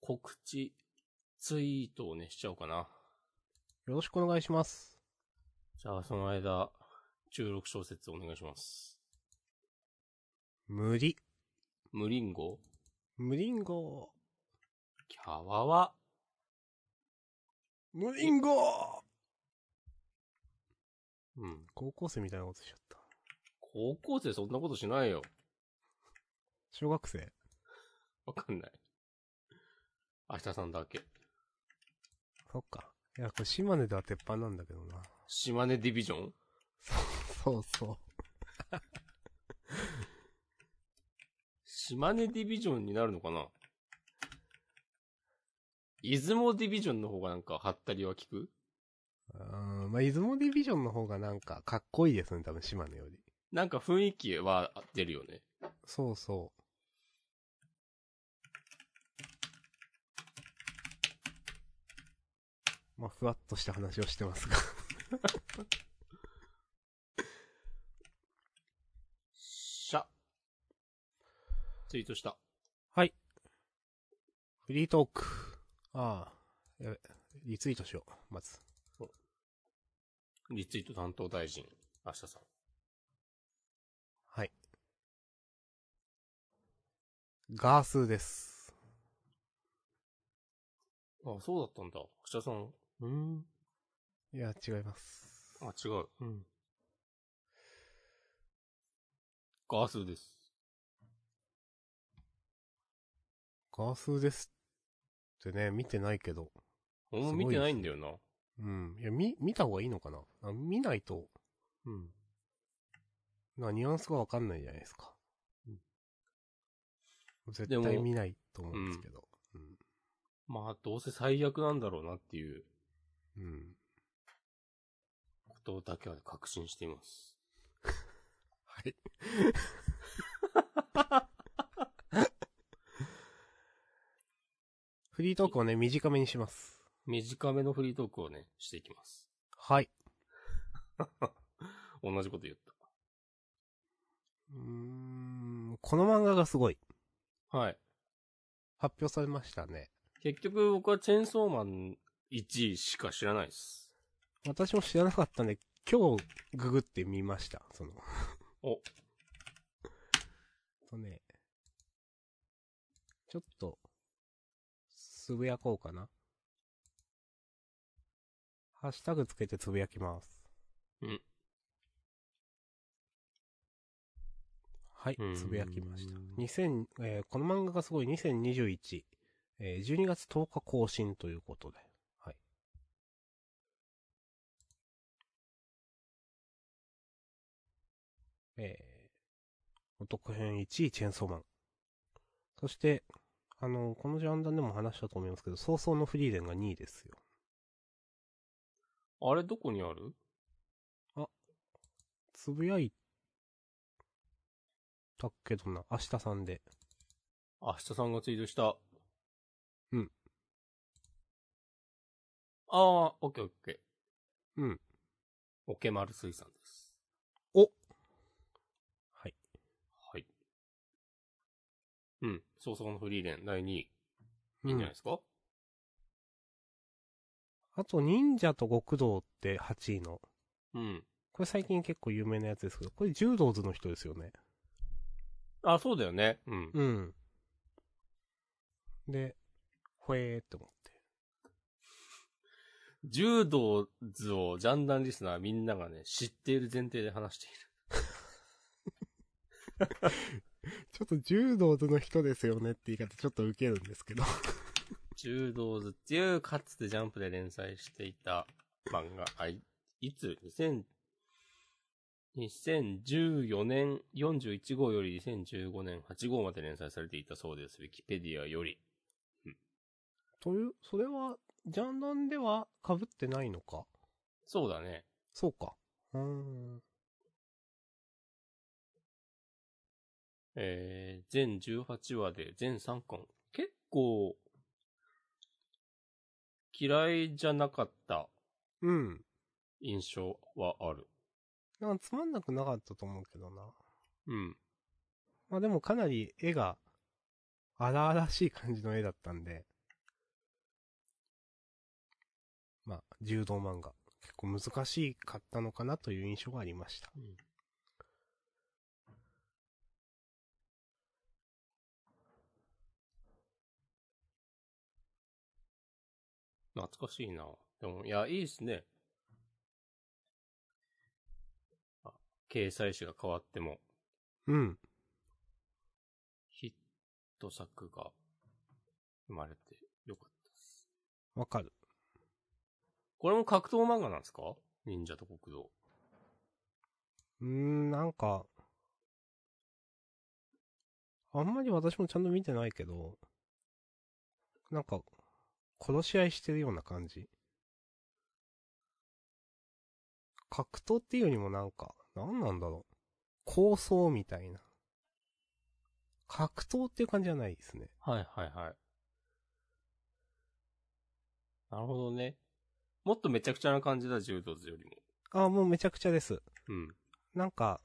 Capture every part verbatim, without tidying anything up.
告知ツイートをね、しちゃおうかな。 よろしくお願いします。 じゃあ、その間、じゅうろく小節お願いします。 無理。 無リンゴ無リンゴ。 キャワワ。 無リンゴうん。 高校生みたいなことしちゃった。 高校生そんなことしないよ。 小学生わかんない。明日さんだけ。 そっか。いや、これ島根では鉄板なんだけどな。 島根ディビジョンそうそう。 島根ディビジョンになるのかな。出雲ディビジョンの方がなんか、はったりは効く。 うーん、まあ、出雲ディビジョンの方がなんか、かっこいいですね、多分島根より。 なんか雰囲気は出るよね。 そうそう。まあ、ふわっとした話をしてますが。 しゃ。ツイートした。 はい。フリートーク。ああ。やべ。リツイートしよう。まず。 リツイート担当大臣、明日さん。 はい。ガースーです。 あ、そうだったんだ。明日さん。うん。 いや、違います。 あ、違う。うん。ガースです。 ガースーですってね、見てないけど。 俺も見てないんだよな。 うん。いや、見、見た方がいいのかなあ見ないと、 うん。 な、ニュアンスがわかんないじゃないですか。 うん、 絶対見ないと思うんですけど。うん、 まあ、どうせ最悪なんだろうなっていう。 うん。 ことだけは確信しています。 はい。フリートークをね、短めにします。 短めのフリートークをね、していきます。 はい。 同じこと言った。 うーん、この漫画がすごい。 はい。 発表されましたね。 結局僕はチェーンソーマンいちいしか知らないです。 私も知らなかったんで、今日ググってみました。そのお。 とね、ちょっと、つぶやこうかな。ハッシュタグつけてつぶやきます。 うん。 はい、つぶやきました。にせん、えー、この漫画がすごいにせんにじゅういち、えー、じゅうにがつとおか更新ということで。はい。えー、お得編いちいチェーンソーマン。そして、あの、このジャンダンでも話したと思いますけど、早々のフリーレンがにいですよ。 あれどこにある？ あ、つぶやいたけどな、明日さんで。 明日さんがツイートした。 うん。 ああ、オッケーオッケー。うん。 オケマル水産です。 おはい。 はい。うん。早々のフリーレンだいにい。 うん、 いいんじゃないですか？ あと、忍者と極道ってはちいの。 うん。 これ最近結構有名なやつですけど、これ柔道図の人ですよね。 あ、そうだよね。うん。 うん。で、ほえーって思って。 柔道図をジャンダンリスナーみんながね、知っている前提で話している。 ちょっと柔道図の人ですよねって言い方ちょっとウケるんですけど。 柔道図っていうかつてジャンプで連載していた漫画。はい。いつ ?にせん、にせんじゅうよねんよんじゅういち号よりにせんじゅうごねんはち号まで連載されていたそうです。ウィキペディアより。 うん、という、それは、ジャンダンでは被ってないのか？ そうだね。 そうか。うーん。 えー、全じゅうはちわで全さんかん。結構、嫌いじゃなかったうん。 印象はある。 なんかつまんなくなかったと思うけどな。 うん。 まあでもかなり絵が荒々しい感じの絵だったんで。 まあ、柔道漫画。結構難しかったのかなという印象がありました。うん、 懐かしいな。でも、いや、いいっすね。あ、掲載誌が変わっても。 うん。 ヒット作が生まれてよかったです。 わかる。 これも格闘漫画なんですか？忍者と国道。 うーん、なんか、あんまり私もちゃんと見てないけど、なんか、殺し合いしてるような感じ。格闘っていうよりもなんか、なんなんだろう。構想みたいな。格闘っていう感じじゃないですね。 はいはいはい。なるほどね。もっとめちゃくちゃな感じだ、柔道図よりも。 ああ、もうめちゃくちゃです。 うん。 なんか、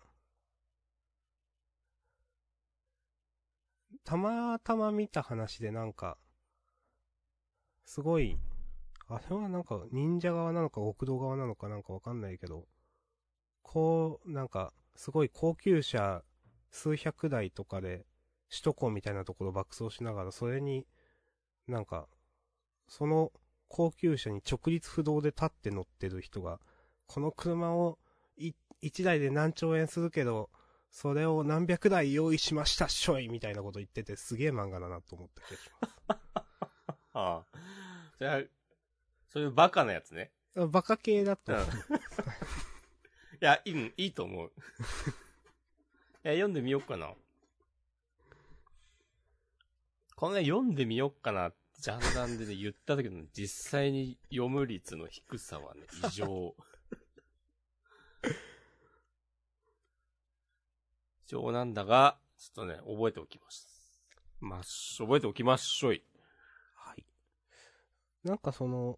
たまたま見た話でなんか、すごい、あれはなんか忍者側なのか極道側なのかなんかわかんないけど、こう、なんか、すごい高級車数百台とかで、首都高みたいなところ爆走しながら、それに、なんか、その高級車に直立不動で立って乗ってる人が、この車をい一台で何兆円するけど、それを何百台用意しましたっしょいみたいなこと言ってて、すげえ漫画だなと思った気がします。 ああ。それは、そういうバカなやつね。 バカ系だと思う。 うん、いや、いい、いいと思う。いや、読んでみようかな。このね、読んでみようかなってジャンダンでね、言った時の実際に読む率の低さはね、異常。異常なんだが、ちょっとね、覚えておきます。まっしょ、覚えておきましょい。 はい。なんかその、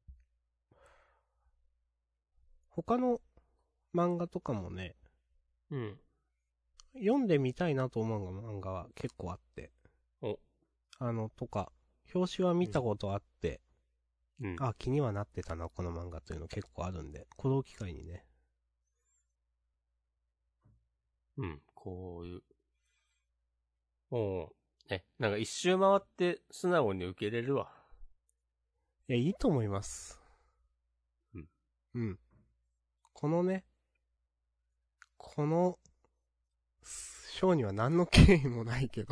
他の漫画とかもね、 うん。 読んでみたいなと思う漫画は結構あって。 お。 あの、とか、表紙は見たことあって、 うん。 あ、気にはなってたな、この漫画というの結構あるんで、この機会にね。 うん、こういう。もう、ね、なんか一周回って素直に受け入れるわ。 いや、いいと思います。 うん。 うん。このね、この、章には何の経緯もないけど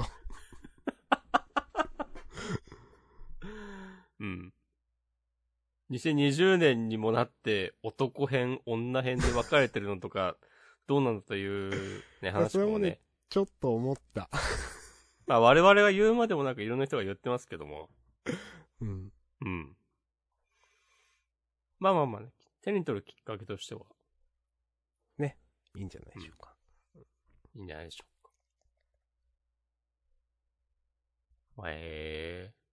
うん。にせんにじゅうねんにもなって男編、女編で分かれてるのとか、どうなんだというね、話もね。それもね、 ちょっと思った。 まあ我々が言うまでもなくいろんな人が言ってますけども。 うん。 うん。まあまあまあね、手に取るきっかけとしては。 ね。いいんじゃないでしょうか。 うん、いいんじゃないでしょうか。へえー。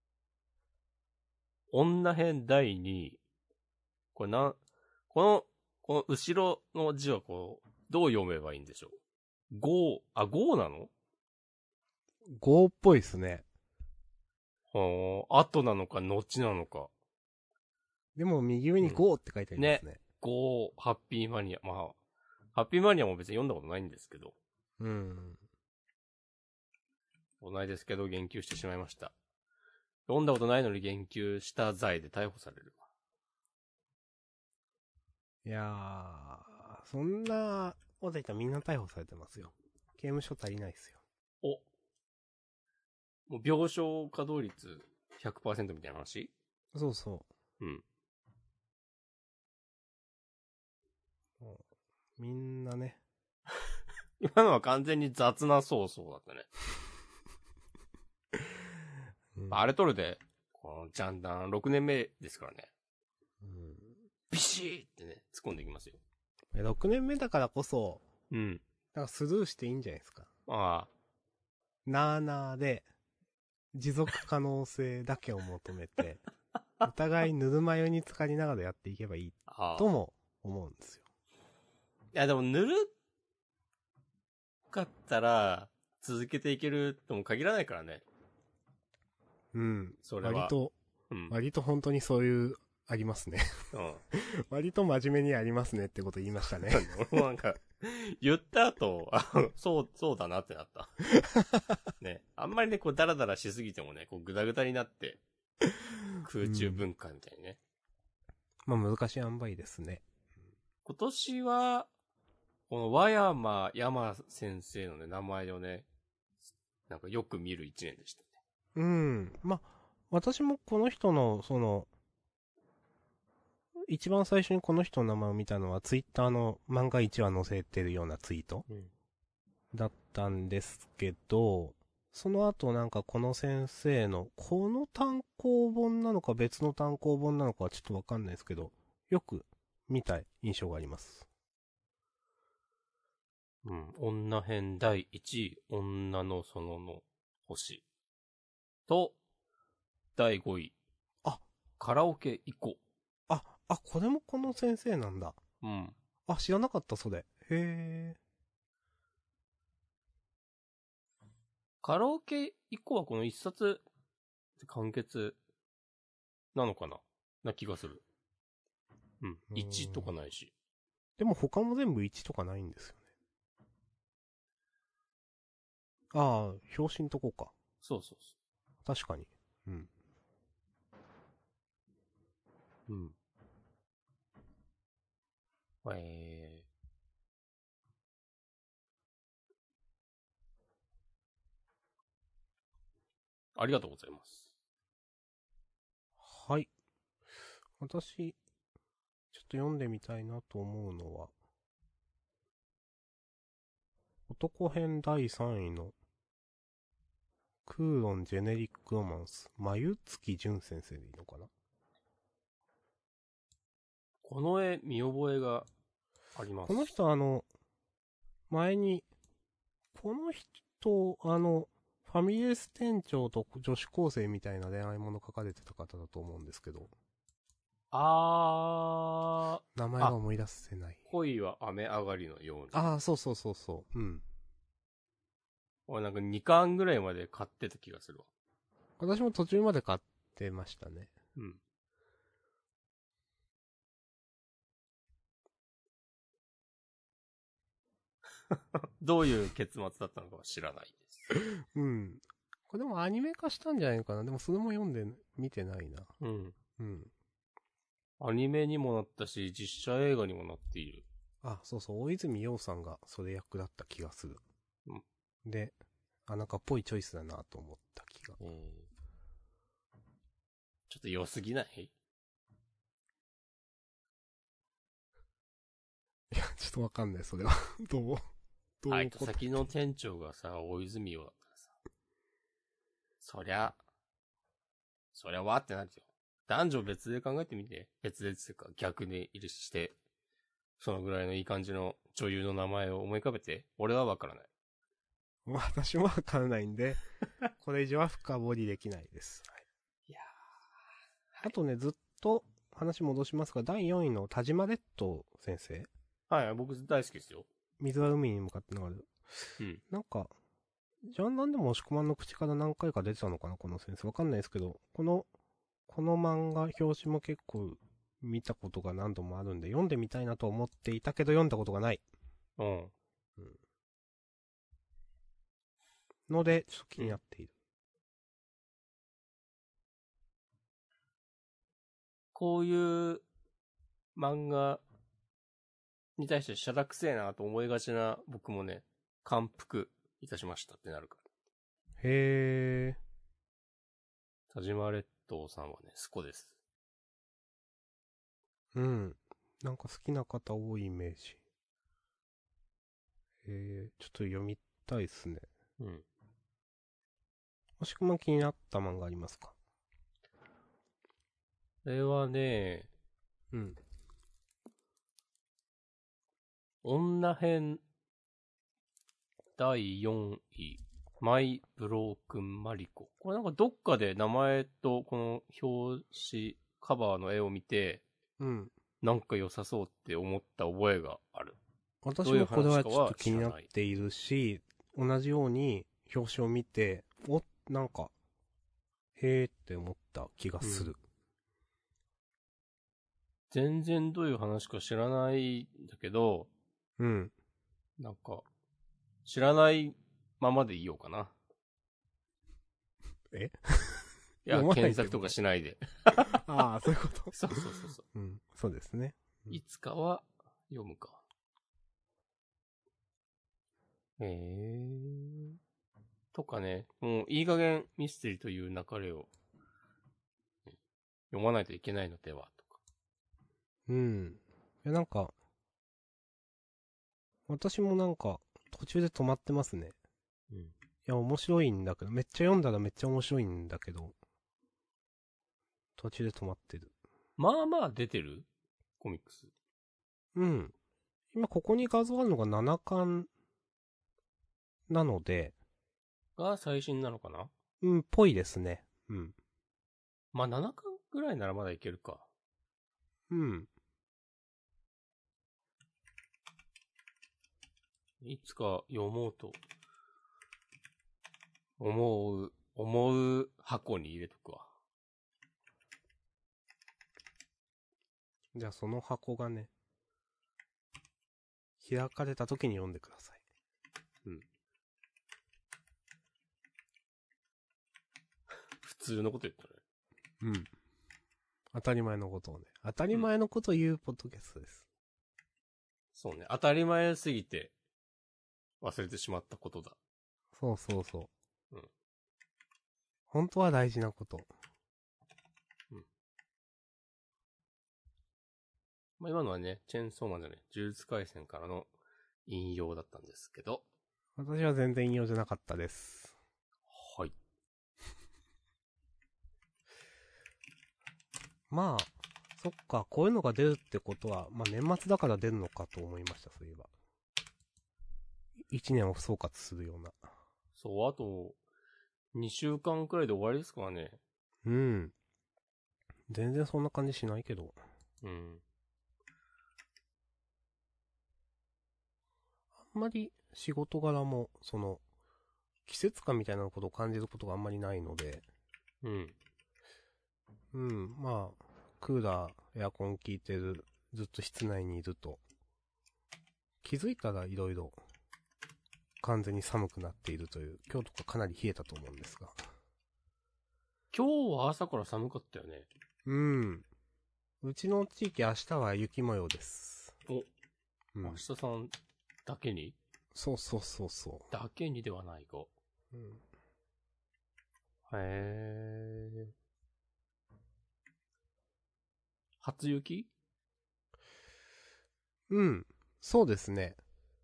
女編だいにい。これな、この、この後ろの字はこう、どう読めばいいんでしょう。ゴー、あ、ゴーなの？ ゴーっぽいっすね。 はあ、後なのか、後なのか。 でも右上にゴーって書いてありますね。ね。 ゴー、ハッピーマニア。まあ、ハッピーマニアも別に読んだことないんですけど。 うん。 ことないですけど、言及してしまいました。読んだことないのに言及した罪で逮捕されるわ。 いやー、そんなこと言ったらみんな逮捕されてますよ。刑務所足りないっすよ。 お。もう病床稼働率 ひゃくパーセント みたいな話？ そうそう。 うん。 もうみんなね。 今のは完全に雑な早々だったね。うん、あれ取るで、このジャンダンろくねんめですからね。うん、ビシーってね、突っ込んでいきますよ。 ろくねんめだからこそ、 うん。 だからスルーしていいんじゃないですか。 ああ。 なーなーで、持続可能性だけを求めて、お互いぬるま湯に浸かりながらやっていけばいいとも思うんですよ。 いやでもぬるかったら続けていけるとも限らないからね。 うん。 それは。 割と、うん、割と本当にそういうありますね。 うん。 割と真面目にありますねってこと言いましたね。 俺もなんか、言った後、あそう、そうだなってなった。ね。あんまりね、こう、ダラダラしすぎてもね、こう、グダグダになって、空中分解みたいにね。 うん、まあ難しい塩梅ですね。 今年は、この和山山先生のね、名前をね、なんかよく見る一年でしたね。 うん。まあ、私もこの人の、その、一番最初にこの人の名前を見たのは、ツイッターの漫画いちわ載せてるようなツイート、 うん、 だったんですけど、その後なんかこの先生の、この単行本なのか別の単行本なのかはちょっとわかんないですけど、よく見た印象があります。 うん。女編だいいちい、女の園の星。と、だいごい。 あ、 カラオケ行こあ、あ、これもこの先生なんだ。 う。うん。 あ、知らなかった、それ。へえ。 カラオケ行こうはこの一冊、完結、なのかなな気がする。うん。いちとかないし。 でも他も全部いちとかないんですよね。ああ、表紙んとこか。 そうそうそ確かに。うん。 う。うん。えー、ありがとうございます。 はい。私、ちょっと読んでみたいなと思うのは、男編だいさんいの、クーロンジェネリックロマンス、まゆつきじゅん先生でいいのかな。 この絵、見覚えがあります。 この人あの、前に、この人、あの、ファミレス店長と女子高生みたいな恋愛もの書かれてた方だと思うんですけど、 あ名前が思い出せない。 恋は雨上がりのように。 ああ、そうそうそうそう。うん。 俺なんかにかんぐらいまで買ってた気がするわ。 私も途中まで買ってましたね。 うん。どういう結末だったのかは知らないです。 うん。これでもアニメ化したんじゃないかな。でもそれも読んで、見てないな。 うん。 うん。 アニメにもなったし、実写映画にもなっている。 あ、そうそう、大泉洋さんがそれ役だった気がする。 うん。 で、あ、なんかぽいチョイスだなと思った気が。 えー、ちょっと良すぎない？ いや、ちょっとわかんない、それは。どうどうバイトいうこと先の店長がさ、大泉洋だったらさ、そりゃ、そりゃわってなるよ。男女別で考えてみて。別でっていうか逆にいるして、そのぐらいのいい感じの女優の名前を思い浮かべて。俺はわからない。 私もわからないんで、これ以上は深掘りできないです。はい、 いやあとね、ずっと話戻しますが、だいよんいの田島列島先生。 はい、僕大好きですよ。 水は海に向かって流れる。 うん。 なんか、ジャンダンでも押し込まんの口から何回か出てたのかな、この先生。わかんないですけど、この、この漫画、表紙も結構見たことが何度もあるんで、読んでみたいなと思っていたけど読んだことがない。 うん。 うん、ので、ちょっと気になっている。 こういう漫画に対してしゃらくせえなと思いがちな僕もね、感服いたしましたってなるから。 へー。 田島列島さんはね、スコです。 うん。なんか好きな方多いイメージ。えー、ちょっと読みたいっすね。 うん。 もしくも気になった漫画ありますか？ これはね、 うん。 女編だいよんい、マイ・ブロークン・マリコ。これなんかどっかで名前とこの表紙、カバーの絵を見て、 うん。 なんか良さそうって思った覚えがある。 私もこれはちょっと気になっているし、同じように表紙を見て、お、なんか、へーって思った気がする。 全然どういう話か知らないんだけど、 うん。 なんか、知らないままでいようかな。 えいや、 読まない検索とってこと？ かしないで。 ああ、そういうこと。 そうそうそうそう。 うん。そうですね。うん、 いつかは読むか。へえ。とかね、もういい加減ミステリーという流れを読まないといけないのでは、とか。 うん。いや、なんか、私もなんか、途中で止まってますね。 うん。 いや、面白いんだけど、めっちゃ読んだらめっちゃ面白いんだけど、途中で止まってる。 まあまあ出てるコミックス。 うん。今ここに画像あるのがななかんなので、 が最新なのかな。 うん、ぽいですね。うん。 まあななかんぐらいならまだいけるか。 うん。 いつか読もうと思う、思う箱に入れとくわ。 じゃあその箱がね、開かれた時に読んでください。 うん。普通のこと言ったね。 うん。当たり前のことをね。当たり前のことを言うポッドキャストです。 そうね。当たり前すぎて忘れてしまったことだ。 そうそうそう。 うん。 本当は大事なこと。 うん。まあ今のはね、チェーンソーマンじゃね、呪術廻戦からの引用だったんですけど。 私は全然引用じゃなかったです。 はい。 まあ、そっか、こういうのが出るってことは、まあ年末だから出るのかと思いました、そういえば。一年を総括するような。 そう、あと、にしゅうかんくらいで終わりですからね。 うん。全然そんな感じしないけど。 うん。 あんまり仕事柄も、その、季節感みたいなことを感じることがあんまりないので、 うん。 うん、まあ、クーラー、エアコン効いてる、ずっと室内にいると、気づいたら色々、完全に寒くなっているという、今日とかかなり冷えたと思うんですが。 今日は朝から寒かったよね。 うん。うちの地域明日は雪模様です。 お、 うん。 明日さんだけにそうそうそうそだけにではないが。 う。うん。 へー。初雪。 うん。そうですね。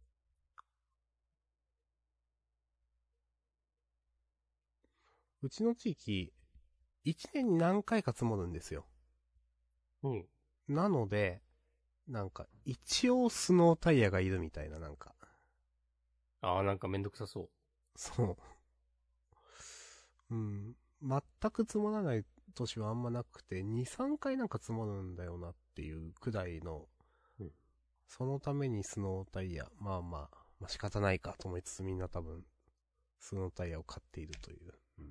うちの地域、一年に何回か積もるんですよ。 うん。 なので、なんか、一応スノータイヤがいるみたいな、なんか。 ああ、なんかめんどくさそう。 そう。うん。全く積もらない年はあんまなくて、に、さんかいなんか積もるんだよなっていうくらいの、 うん。 そのためにスノータイヤ、まあまあ、まあ仕方ないかと思いつつみんな多分、スノータイヤを買っているという。うん、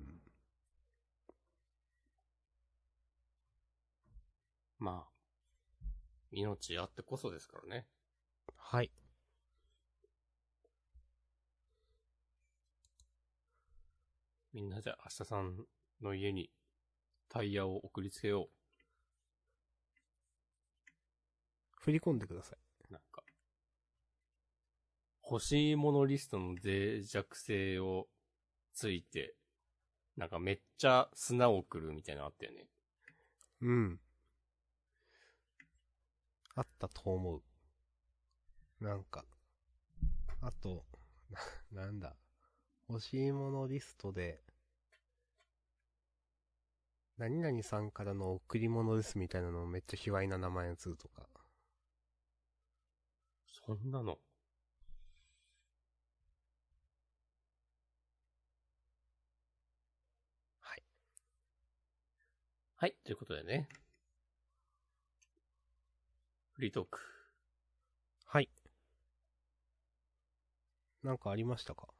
まあ、命あってこそですからね。 はい。 みんなじゃあ明日さんの家にタイヤを送りつけよ振り込んでください。 う。なんか、欲しいものリストの脆弱性をついて、なんかめっちゃ砂を送るみたいなのあったよね。 うん。あったと思う。なんか、あと、な、なんだ。欲しいものリストで、何々さんからの贈り物ですみたいなのをめっちゃ卑猥な名前にするとか。 そんなの。 はい。 はい、ということでね。フリートーク。 はい。なんかありましたか？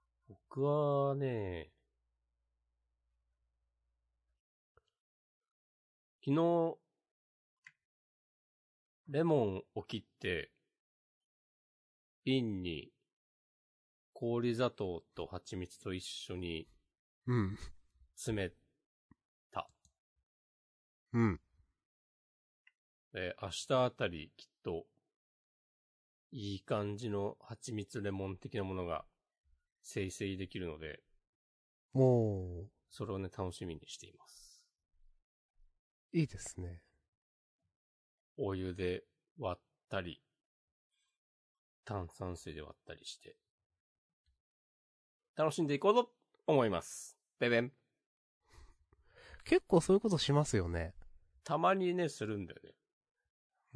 僕はね、 昨日、レモンを切って、瓶に氷砂糖と蜂蜜と一緒にうん。 詰めた。 うん。 で、明日あたりきっと、いい感じの蜂蜜レモン的なものが生成できるので、 おー、 それをね、楽しみにしています。 いいですね。 お湯で割ったり、炭酸水で割ったりして、楽しんでいこうと思います。ベベン。 結構そういうことしますよね。 たまにね、するんだよね。 うん。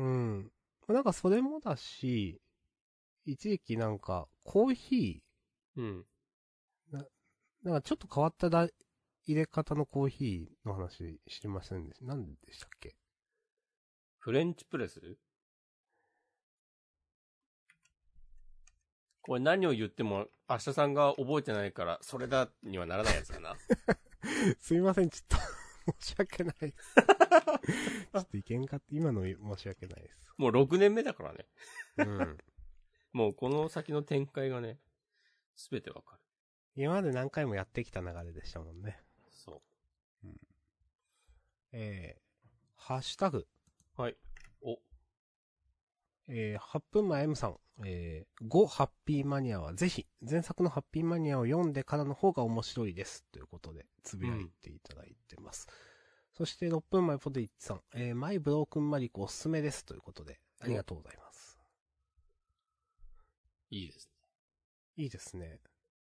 なんかそれもだし、一時期なんか、コーヒうん。 ー、な、なんかちょっと変わっただ入れ方のコーヒーの話知りませんでした。何でしたっけ？ フレンチプレス？これ何を言っても、明日さんが覚えてないから、それだにはならないやつかな。 すいません、ちょっと申し訳ないです。ちょっといけんかって、今の申し訳ないです。 もうろくねんめだからね。 うん。 もうこの先の展開がね、すべてわかる。 今まで何回もやってきた流れでしたもんね。 そうん。えー、ハッシュタグ。 う。はい。お。 えー、はっぷんまえ M さん。えー、ごハッピーマニアはぜひ、前作のハッピーマニアを読んでからの方が面白いです。ということで、つぶやいていただいてます。うん、そして、ろっぷんまえポテイッチさん。えー、マイブロークンマリコおすすめです。ということで、ありがとうございます。 いいですね。 いいですね。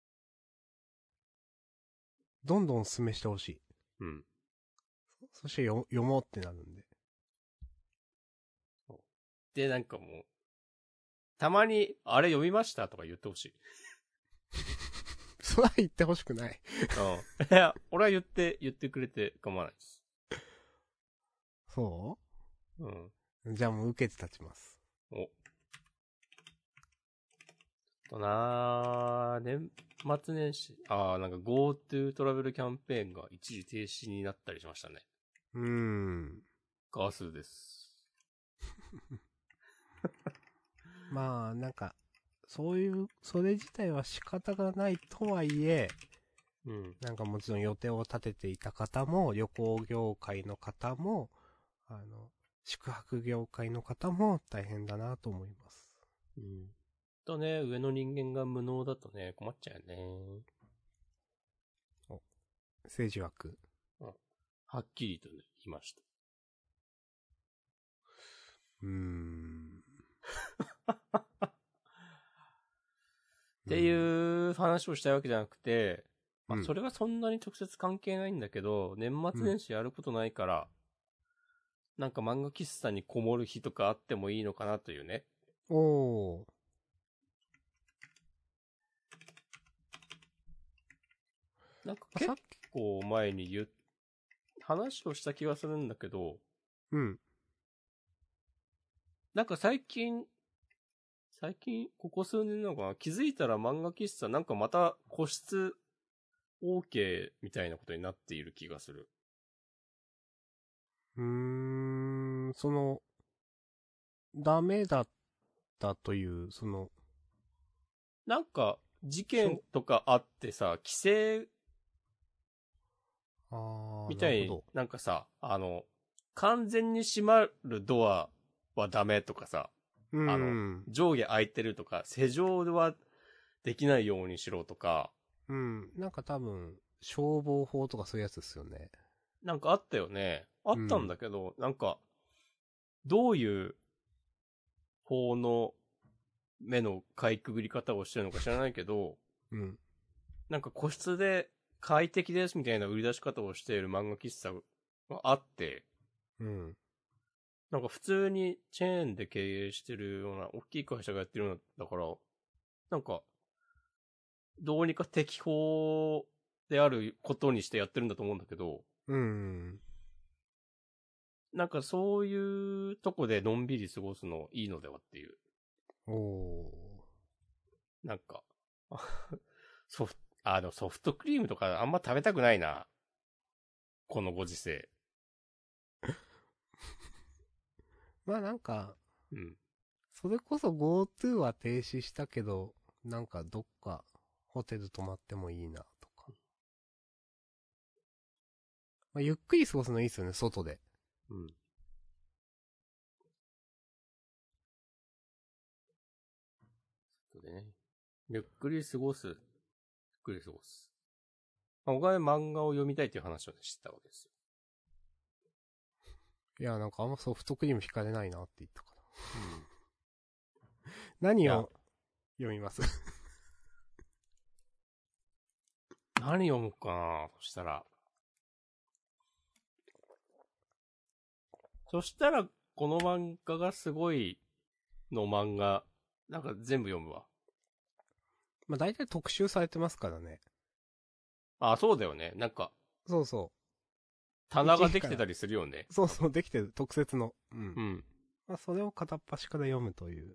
どんどんおすすめしてほしい。 うん。 そして読もうってなるんで。 で、なんかもう、たまに、あれ読みましたとか言ってほしい。 それは言ってほしくない。 うん。いや、俺は言って、言ってくれて構わないです。 そううん。 うじゃあもう受けて立ちます。 お。となー、年末年始、あー、なんか GoTo トラベルキャンペーンが一時停止になったりしましたね。 うーん。 ガスです。 まあ、なんか、そういう、それ自体は仕方がないとはいえ、 うん。 なんかもちろん予定を立てていた方も、旅行業界の方も、あの、宿泊業界の方も大変だなと思います。 うん。とね、上の人間が無能だとね、困っちゃうよね。 お、政治枠。 うん。はっきりとね、言いました。 うーん。 っていう話をしたいわけじゃなくて、まあ、 うんそれはそんなに直接関係ないんだけど、年末年始やることないから、うん、なんか漫画喫茶にこもる日とかあってもいいのかなというね。 おー。 なんか結構前に言っ、話をした気がするんだけど、 うん。 なんか最近、最近、ここ数年なのかな、気づいたら漫画喫茶なんかまた個室 OK みたいなことになっている気がする。 うーん、その、ダメだったという、その、 なんか、事件とかあってさ、規制あみたい、なんかさ、あの、完全に閉まるドアはダメとかさ、あの、上下開いてるとか、施錠はできないようにしろとか。 うん、なんか多分、消防法とかそういうやつですよね。 なんかあったよね。あったんだけど、うん、なんか、どういう法の目のかいくぐり方をしてるのか知らないけど、 うん。 なんか個室で快適ですみたいな売り出し方をしている漫画喫茶があって、 うん。 なんか普通にチェーンで経営してるような大きい会社がやってるようなだから、なんか、どうにか適法であることにしてやってるんだと思うんだけど、 うん。 なんかそういうとこでのんびり過ごすのいいのではっていう。 おー。なんか、ソフト、あのソフトクリームとかあんま食べたくないな。このご時世。 まあなんか、 うん。 それこそ GoTo は停止したけど、なんかどっかホテル泊まってもいいなとか。まあ、ゆっくり過ごすのいいですよね、外で。 うん。そうでね。ゆっくり過ごす。ゆっくり過ごす。まあ、お金漫画を読みたいという話をしてたわけですよ。 いや、なんかあんまソフトクリーム惹かれないなって言ったから。 うん。いや、 何を読みます何読むかなそしたら。そしたら、この漫画がすごいの漫画、なんか全部読むわ。 まあ大体特集されてますからね。 あ、そうだよね。なんか、 そうそう。 棚ができてたりするよね。 そうそう、できてる。特設の。うん。 うん。 まあそれを片っ端から読むという。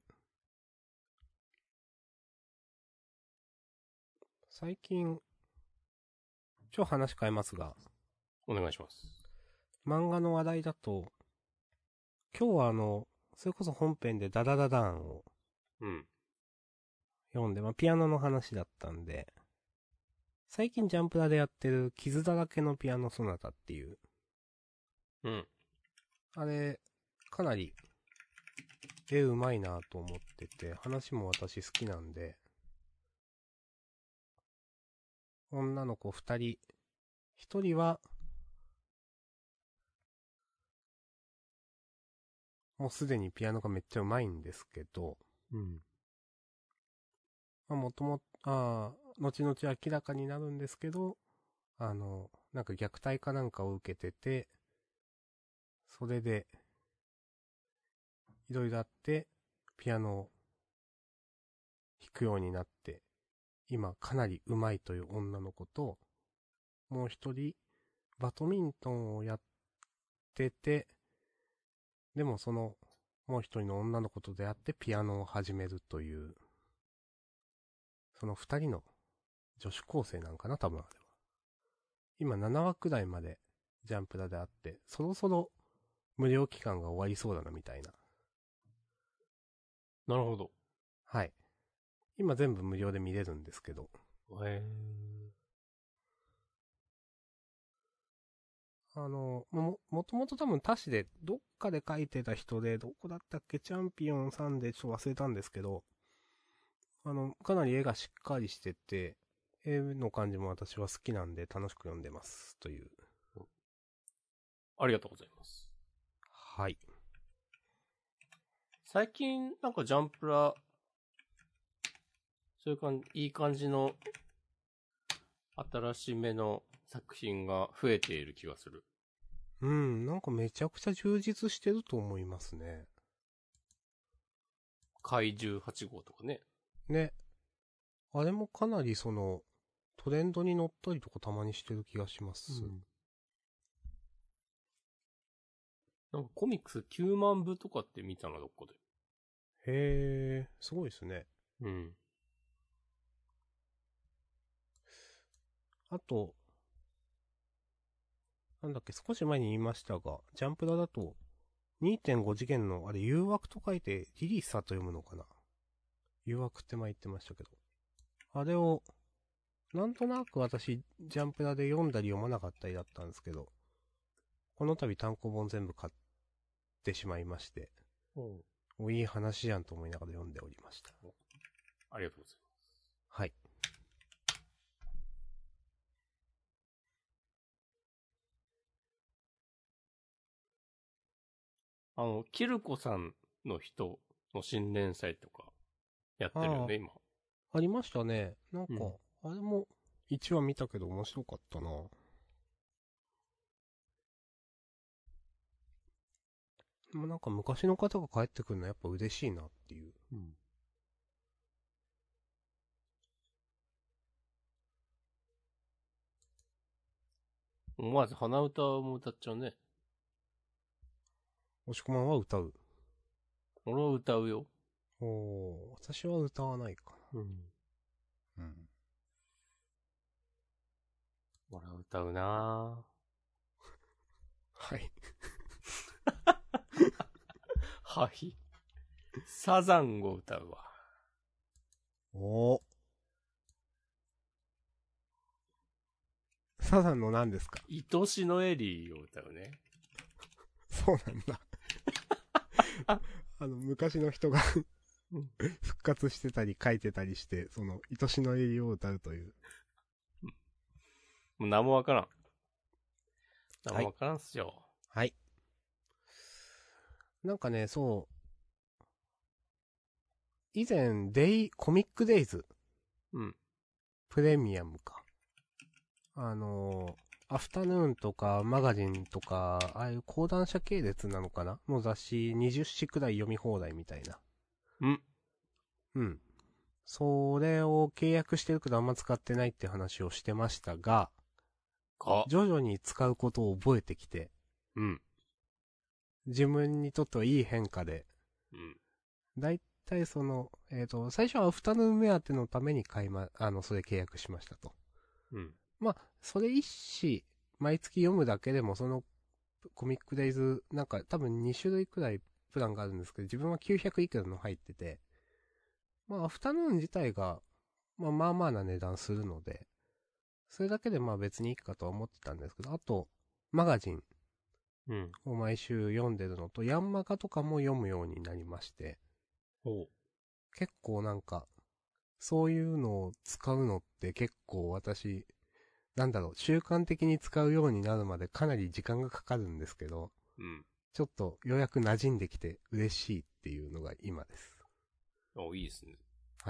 最近、超話変えますが、 お願いします。 漫画の話題だと、今日はあの、それこそ本編でダダダダーンをうん。 読んで、まあピアノの話だったんで、最近ジャンプラでやってる傷だらけのピアノソナタっていう、 うん。 あれ、かなり、絵うまいなと思ってて、話も私好きなんで、女の子二人、一人は、もうすでにピアノがめっちゃうまいんですけど、 うん。 まあもとも、ああ、後々明らかになるんですけど、あの、なんか虐待かなんかを受けてて、それで、いろいろあって、ピアノを弾くようになって、今かなり上手いという女の子と、もう一人、バドミントンをやってて、でもその、もう一人の女の子と出会ってピアノを始めるという、その二人の女子高生なんかな、多分あれは。今ななわくらいまでジャンプラであって、そろそろ無料期間が終わりそうだなみたいな。 なるほど。 はい。今全部無料で見れるんですけど。 へあの、も、もともと多分他誌でどっかで書いてた人で、どこだったっけ、チャンピオンさんでちょっと忘れたんですけど、あの、かなり絵がしっかりしてて、絵の感じも私は好きなんで楽しく読んでます。という。 ありがとうございます。 はい。 最近、なんかジャンプラ、そういう感じ、いい感じの、新しめの作品が増えている気がする。 うん、なんかめちゃくちゃ充実してると思いますね。 怪獣はち号とかね。 ね。あれもかなりその、トレンドに乗ったりとかたまにしてる気がします。 うん。なんかコミックスきゅうまんぶとかって見たのどっかで。 へえ、すごいですね。 うん。 あと、なんだっけ、少し前に言いましたが、ジャンプラだと、にてんご 次元の、あれ、誘惑と書いて、リリーサと読むのかな。誘惑って前言ってましたけど。あれを、なんとなく私、ジャンプラで読んだり読まなかったりだったんですけど、この度単行本全部買ってしまいまして、 うん。 お、いい話じゃんと思いながら読んでおりました。 ありがとうございます。 はい。 あの、キルコさんの人の新連載とか、やってるよね、今。 ありましたね。なんか、 うんあれも、いちわ見たけど面白かったな。でもなんか昔の方が帰ってくるのはやっぱ嬉しいなっていう。 うん。思わず鼻歌も歌っちゃうね。 押し込まんは歌う。 俺は歌うよ。 おー、私は歌わないかうん。 な。うん。 俺は歌うなはい。 はい。サザンを歌うわ。 おー。サザンの何ですか？ 愛しのエリーを歌うね。 そうなんだ。あの、昔の人が復活してたり書いてたりして、その、愛しのエリを歌うという。 もう何もわからん。何もわからんっすよ。 はい。なんかね、そう。以前、デイ、コミックデイズ。 うん。 プレミアムか。あのー、アフタヌーンとかマガジンとか、ああいう講談社系列なのかなの雑誌にじゅっしくらい読み放題みたいな。 うん。 うん。それを契約してるけどあんま使ってないって話をしてましたが、 か。 徐々に使うことを覚えてきて、 うん。 自分にとってはいい変化で、 うん。 だいたいその、えっと、最初はアフタヌーン目当てのために買いま、あの、それ契約しましたと。 うん。 まあ、それ一紙、毎月読むだけでも、その、コミックデイズ、なんか多分に種類くらいプランがあるんですけど、自分はきゅうひゃくいくらの入ってて、まあ、アフタヌーン自体が、まあまあまあな値段するので、それだけでまあ別にいいかとは思ってたんですけど、あと、マガジンうん。 を毎週読んでるのと、ヤンマガとかも読むようになりまして、 おう。 結構なんか、そういうのを使うのって結構私、なんだろう、習慣的に使うようになるまでかなり時間がかかるんですけど、 うん。 ちょっとようやく馴染んできて嬉しいっていうのが今です。 お、いいですね。 はい。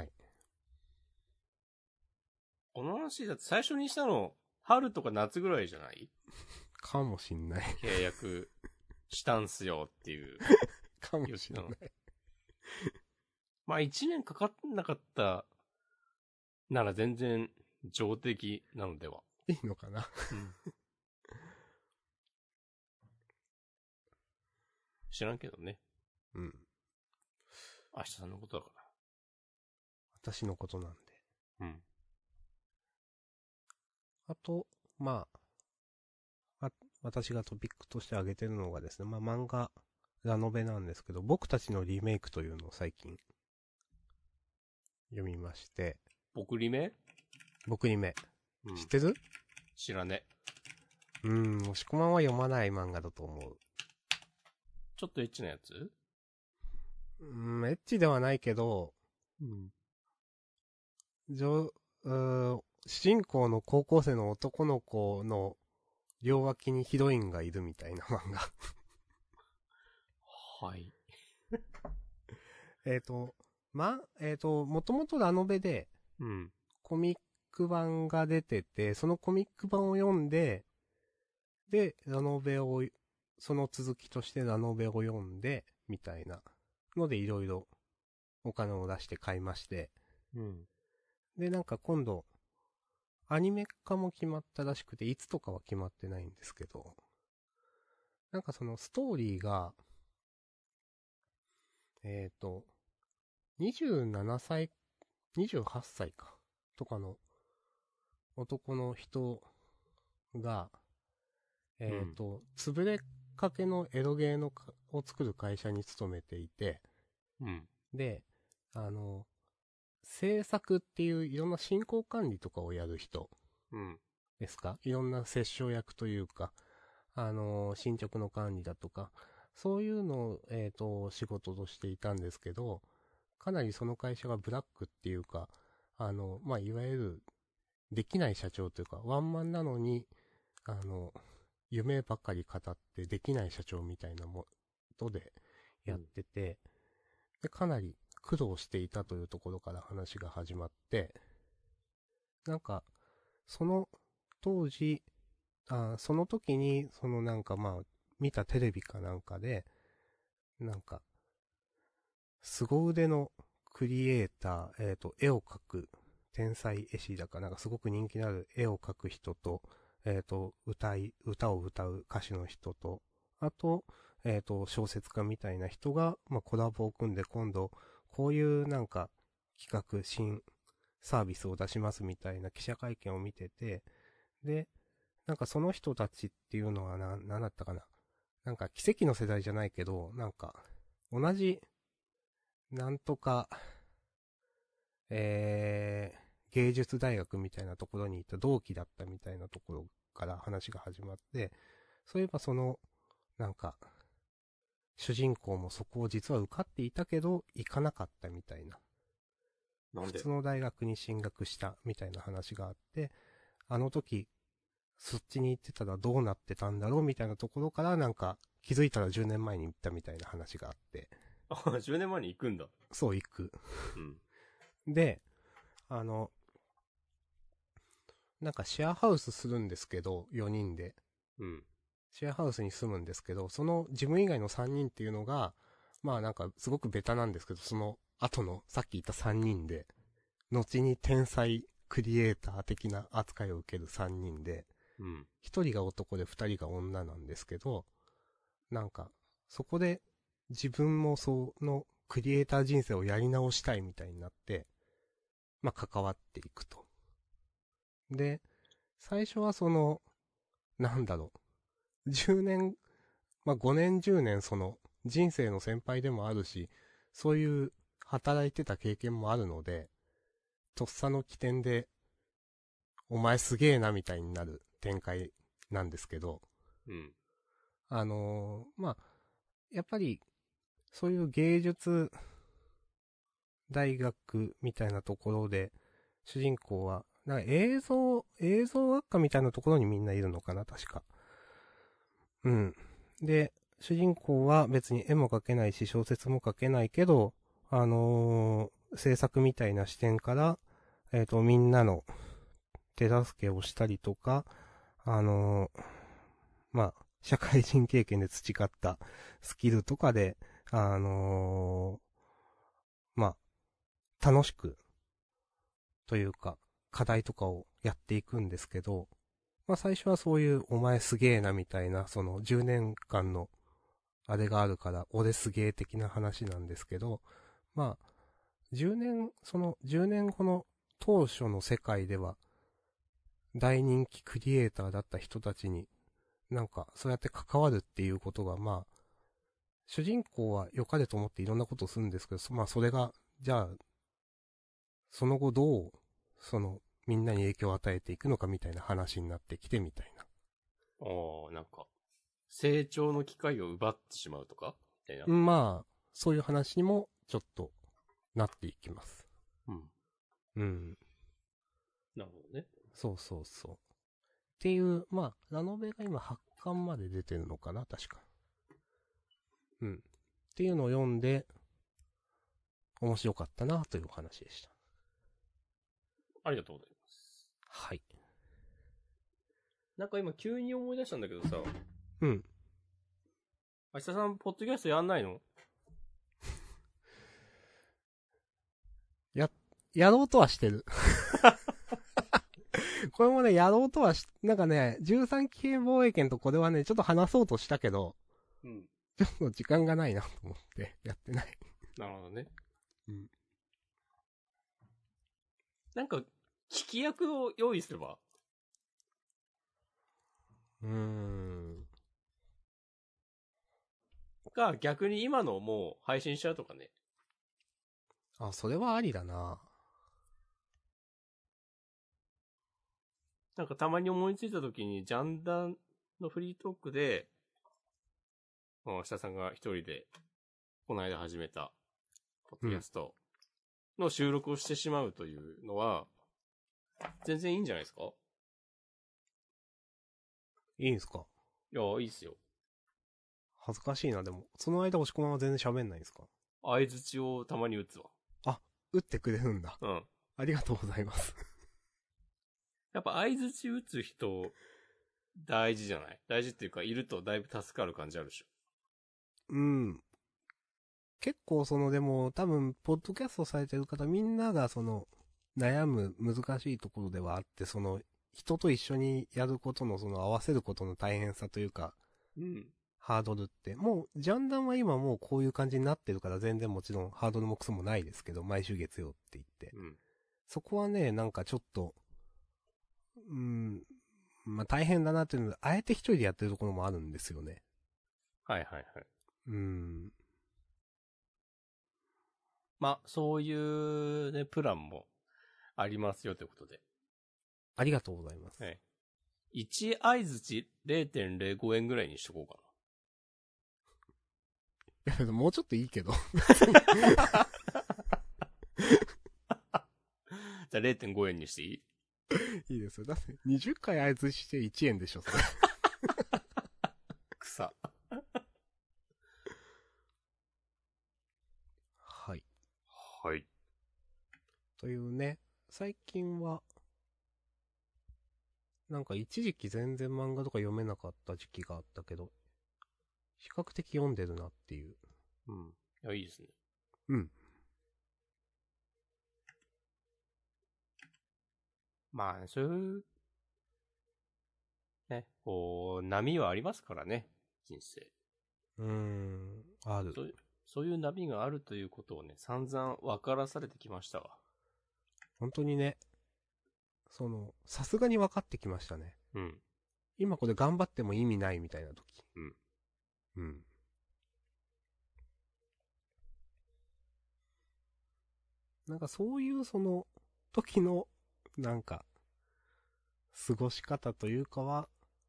この話だって最初にしたの、春とか夏ぐらいじゃない？ かもしんない。 契約したんすよっていう。 かもしんない。 まあ一年かかんなかったなら全然上出なのでは。 いいのかな。 うん。知らんけどね。 うん。 明日さんのことだか私のことなんで。 ら。うん。 あと、まあ、あ、私がトピックとして挙げてるのがですね、まあ漫画、ラノベなんですけど、僕たちのリメイクというのを最近、読みまして。 僕リメ？ 僕リメ。 うん。 知ってる？ 知らね。 うーん、押し込まんは読まない漫画だと思う。 ちょっとエッチなやつ？ うーん、エッチではないけど、 うん。 じょ、うー主人公の高校生の男の子の両脇にヒロインがいるみたいな漫画。 はい。 えっと、ま、えっ、と、もともとラノベでうん。 コミック版が出てて、そのコミック版を読んで、で、ラノベを、その続きとしてラノベを読んで、みたいなのでいろいろお金を出して買いまして、 うん。 で、なんか今度、アニメ化も決まったらしくて、いつとかは決まってないんですけど、なんかそのストーリーが、えっ、と、にじゅうななさい、にじゅうはっさいか、とかの男の人が、えっ、と、潰れかけのエロゲーのかを作る会社に勤めていて、 うん。 で、あの、制作っていういろんな進行管理とかをやる人うん。 ですか？いろんな折衝役というか、あの、進捗の管理だとか、そういうのを、えっ、と、仕事としていたんですけど、かなりその会社がブラックっていうか、あの、まあ、いわゆる、できない社長というか、ワンマンなのに、あの、夢ばっかり語ってできない社長みたいなもとでやってて、で、かなり苦労していたというところから話が始まって、なんか、その当時、あその時に、そのなんかまあ、見たテレビかなんかで、なんか、凄腕のクリエイター、えっ、と、絵を描く、天才絵師だかなんかすごく人気のある絵を描く人と、えっ、と、歌い、歌を歌う歌手の人と、あと、えっ、と、小説家みたいな人が、まあ、コラボを組んで今度、こういうなんか、企画、新サービスを出しますみたいな記者会見を見てて、で、なんかその人たちっていうのはな、なんだったかな。なんか奇跡の世代じゃないけど、なんか、 同じ、なんとか、えー、芸術大学みたいなところに行った同期だったみたいなところから話が始まって、そういえばその、なんか、主人公もそこを実は受かっていたけど、行かなかったみたいな。 なんで？ 普通の大学に進学したみたいな話があって、あの時、そっちに行ってたらどうなってたんだろうみたいなところからなんか気づいたらじゅうねんまえに行ったみたいな話があって。 あ、じゅうねんまえに行くんだ。 そう行く。 うん。 で、あの、なんかシェアハウスするんですけど、よにんで。 うん。 シェアハウスに住むんですけど、その自分以外のさんにんっていうのが、まあなんかすごくベタなんですけど、その後のさっき言ったさんにんで、後に天才クリエイター的な扱いを受けるさんにんで、 うん。 ひとりが男でふたりが女なんですけど、なんか、そこで自分もそのクリエイター人生をやり直したいみたいになって、まあ関わっていくと。で、最初はその、なんだろう、じゅうねん、まあごねんじゅうねんその人生の先輩でもあるし、そういう働いてた経験もあるので、とっさの起点で、お前すげえなみたいになる展開なんですけど、 うん。 あのーまあ、やっぱり、そういう芸術大学みたいなところで、主人公は、なんか映像、映像学科みたいなところにみんないるのかな、確か。うん。で、主人公は別に絵も描けないし、小説も書けないけど、あのー制作みたいな視点から、えっと、みんなの手助けをしたりとか、あのーまあ、社会人経験で培ったスキルとかで、あのーまあ、楽しく、というか、課題とかをやっていくんですけど、まあ最初はそういうお前すげえなみたいな、そのじゅうねんかんのあれがあるから、俺すげえ的な話なんですけど、まあ、じゅうねん、そのじゅうねんごの当初の世界では、大人気クリエイターだった人たちに、なんか、そうやって関わるっていうことが、まあ、主人公は良かれと思っていろんなことをするんですけど、まあそれが、じゃあ、その後どう、その、みんなに影響を与えていくのかみたいな話になってきてみたいな。 ああ、なんか、成長の機会を奪ってしまうとかみたいな。 まあ、そういう話にもちょっとなっていきます。 うん。 うん。 なるほどね。 そうそうそう。っていう、まあ、ラノベが今はちかんまで出てるのかな確か。うん。っていうのを読んで、面白かったなというお話でした。 ありがとうございます。 はい。 なんか今急に思い出したんだけどさ、 うん。 明日さん、ポッドキャストやんないの？ や、やろうとはしてる。これもね、やろうとはし、なんかね、じゅうさんき防衛権とこれはね、ちょっと話そうとしたけど、 うん。 ちょっと時間がないなと思ってやってない。 なるほどね。 うん。 なんか、聞き役を用意すれば？ うーん。 か、逆に今のもう配信しちゃうとかね。 あ、それはありだな。 なんかたまに思いついた時に、ジャンダンのフリートークで、明日さんが一人で、この間始めた、ポッドキャストの収録をしてしまうというのは、全然いいんじゃないですか？ いいんすか？ いや、いいっすよ。 恥ずかしいな、でも。その間、押し込まんは全然喋んないんですか？ 相槌をたまに打つわ。 あ、打ってくれるんだ。 うん。 ありがとうございます。 やっぱ相槌打つ人、大事じゃない？大事っていうか、いるとだいぶ助かる感じあるでしょ。 うん。結構その、でも、多分、ポッドキャストされてる方、みんながその、悩む難しいところではあって、その、人と一緒にやることの、その、合わせることの大変さというか、 うん。 ハードルって、もう、ジャンダンは今もうこういう感じになってるから、全然もちろんハードルもクソもないですけど、毎週月曜って言って。 うん。 そこはね、なんかちょっと、うん、まあ、大変だなっていうので、あえて一人でやってるところもあるんですよね。 はいはいはい。 うん。 まあ、そういうね、プランもありますよということで。 ありがとうございます。 はい。いち相づち れいてんれいご 円ぐらいにしとこうかいや、もうちょっといいけど。 な。じゃあ れいてんご 円にしていい？ いいですよ。だってにじゅっかい相づちしていちえんでしょ、それ。 草。 はい。 はい。 というね、最近は、なんか一時期全然漫画とか読めなかった時期があったけど、比較的読んでるなっていう。 うん。いや、いいですね。 うん。 まあ、そういう、ね、こう、波はありますからね、人生。 うーん、ある。 そういう、そういう波があるということをね、散々分からされてきましたわ。 本当にね、その、さすがに分かってきましたね。 うん。 今これ頑張っても意味ないみたいな時。 うん。 うん。なんかそういうその、時の、なんか、過ごし方というかは、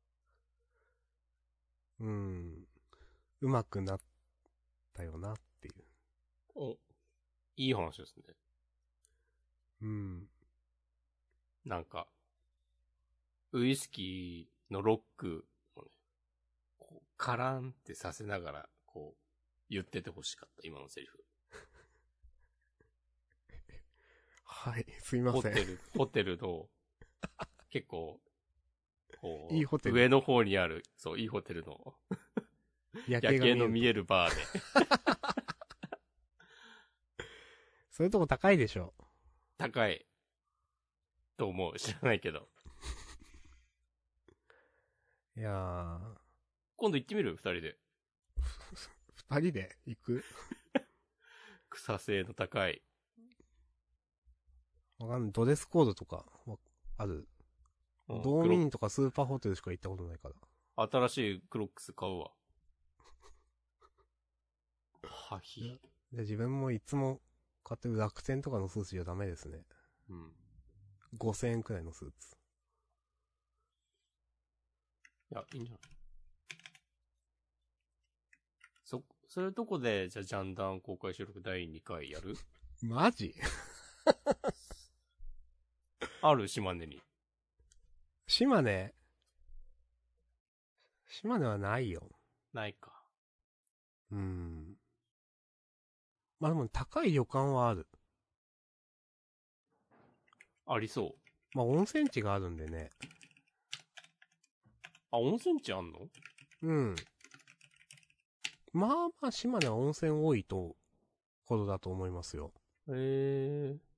うーん、うまくなったよなっていう。 お、いい話ですね。 うん。 なんか、ウイスキーのロックをね、こう、カランってさせながら、こう、言っててほしかった、今のセリフ。 はい、すいません。 ホテル、ホテルの、結構、こう、 いいホテル上の方にある、そう、いいホテルの、 夜夜景の見るえるバーで。 そういうとこ高いでしょ。 高い。と思う。知らないけど。 いやー、 今度行ってみる二人で。 二人で行く草性の高い。 わかんない。ドレスコードとか、わある。 うんドーミーンとかスーパーホテルしか行ったことないから。 新しいクロックス買うわ。はひ。 で、自分もいつも買ってる楽天とかのスーツじゃダメですね。 うん。 ごせんえんくらいのスーツ。 いや、いいんじゃない？そ、そういうとこで、じゃあ、ジャンダン公開収録だいにかいやる？ マジある島根に。 島根島根はないよ。 ないか。 うーん。まあでも高い旅館はある。 ありそう。 まあ温泉地があるんでね。 あ、温泉地あんの？ うん。まあまあ島根は温泉多いと、ほどだと思いますよ。 へえ。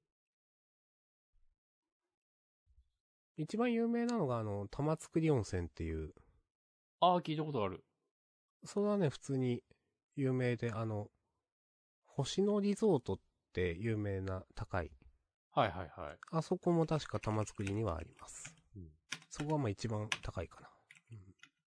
一番有名なのがあの、玉造温泉っていう。 ああ、聞いたことある。 それはね、普通に有名で、あの、星野リゾートって有名な高い。 はいはいはい。 あそこも確か玉造にはあります。 うん、 そこはまあ一番高いかな。うん、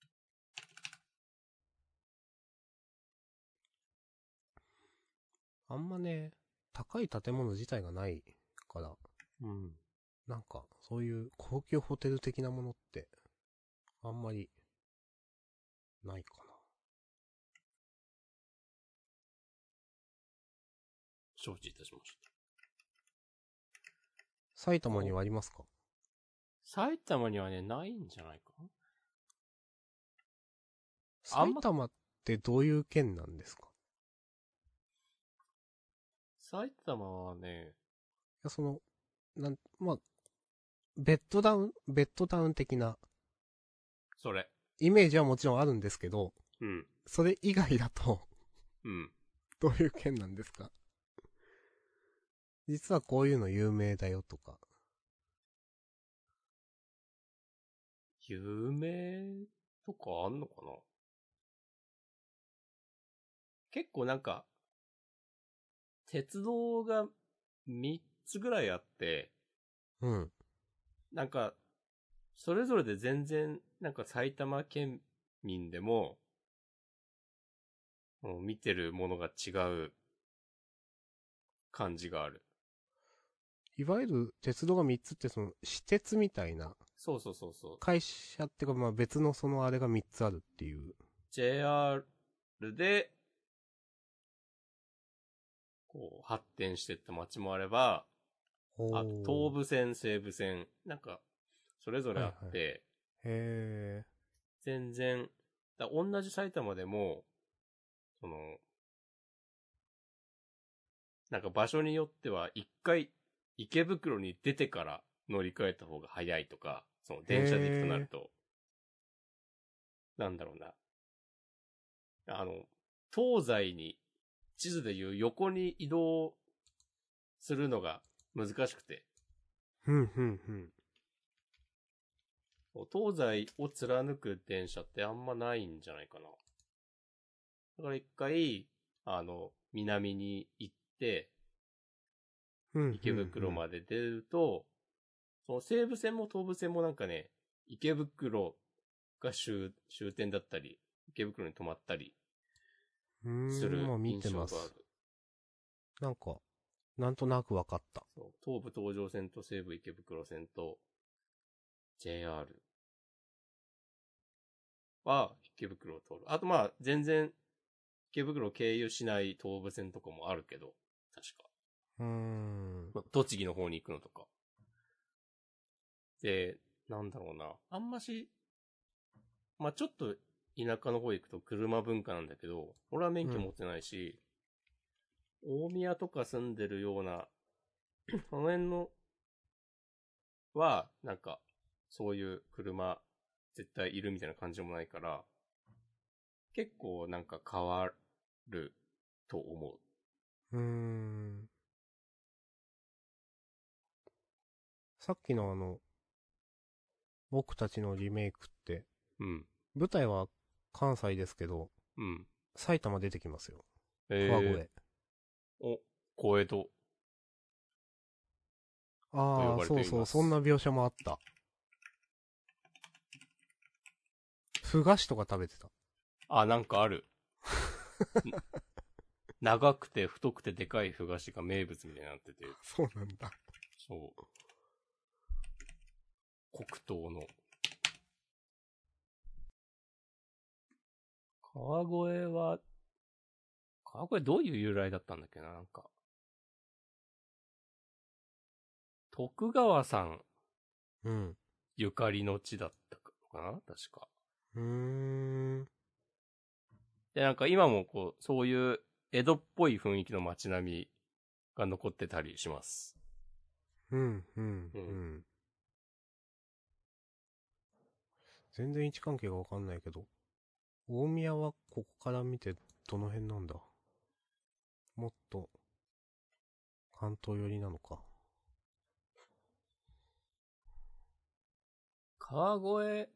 あんまね、高い建物自体がないから、 うん。 なんか、そういう高級ホテル的なものって、あんまり、ないかな。 承知いたしました。 埼玉にはありますか？ 埼玉にはね、ないんじゃないか？ 埼玉ってどういう県なんですか？ 埼玉はね、 いや、その、なん、まあ、ベッドダウン、ベッドタウン的なそれ。 イメージはもちろんあるんですけど、 うん。 それ以外だとうん。 どういう県なんですか？実はこういうの有名だよとか。 有名とかあんのかな？結構なんか、鉄道がみっつぐらいあって、 うん。 なんか、それぞれで全然、なんか埼玉県民でも、もう見てるものが違う感じがある。 いわゆる鉄道がみっつってその、私鉄みたいな。 そうそうそうそう。 会社っていうかまあ別のそのあれがみっつあるっていう。 ジェイアール で、こう、発展していった街もあれば、あと東武線、西武線、なんか、それぞれあって、はいはい、 へー。 全然、だ同じ埼玉でも、その、なんか場所によっては一回池袋に出てから乗り換えた方が早いとか、その電車で行くとなると、なんだろうな。あの、東西に地図でいう横に移動するのが難しくて。 ふんふんふん。 東西を貫く電車ってあんまないんじゃないかな。だから一回、あの、南に行って、池袋まで出ると、その西武線も東武線もなんかね、池袋が終、終点だったり、池袋に止まったりする印象がある。 なんか、なんとなくわかった。 そう東武東上線と西武池袋線と ジェイアール は池袋を通る。あとまあ全然池袋を経由しない東武線とかもあるけど、確か。 うーん。 栃木の方に行くのとか。で、なんだろうな。あんまし、まあちょっと田舎の方行くと車文化なんだけど、俺は免許持ってないし、うん、大宮とか住んでるような、その辺の、は、なんか、そういう車、絶対いるみたいな感じもないから、結構なんか変わると思う。うーん。さっきのあの、僕たちのリメイクって、 うん。 舞台は関西ですけど、 うん。 埼玉出てきますよ。 えー、 川越。 お、小江戸。 ああ、そうそう、そんな描写もあった。ふ菓子とか食べてた。 あ、なんかある。長くて太くてでかいふ菓子が名物みたいになってて。 そうなんだ。 そう。黒糖の。川越は、川越どういう由来だったんだっけな、なんか。徳川さん。 うん。 ゆかりの地だったかな確か。 うーん。 で、なんか今もこう、そういう江戸っぽい雰囲気の街並みが残ってたりします。 うん、うん、うん。うん、全然位置関係がわかんないけど。大宮はここから見てどの辺なんだ？もっと、関東寄りなのか。 川越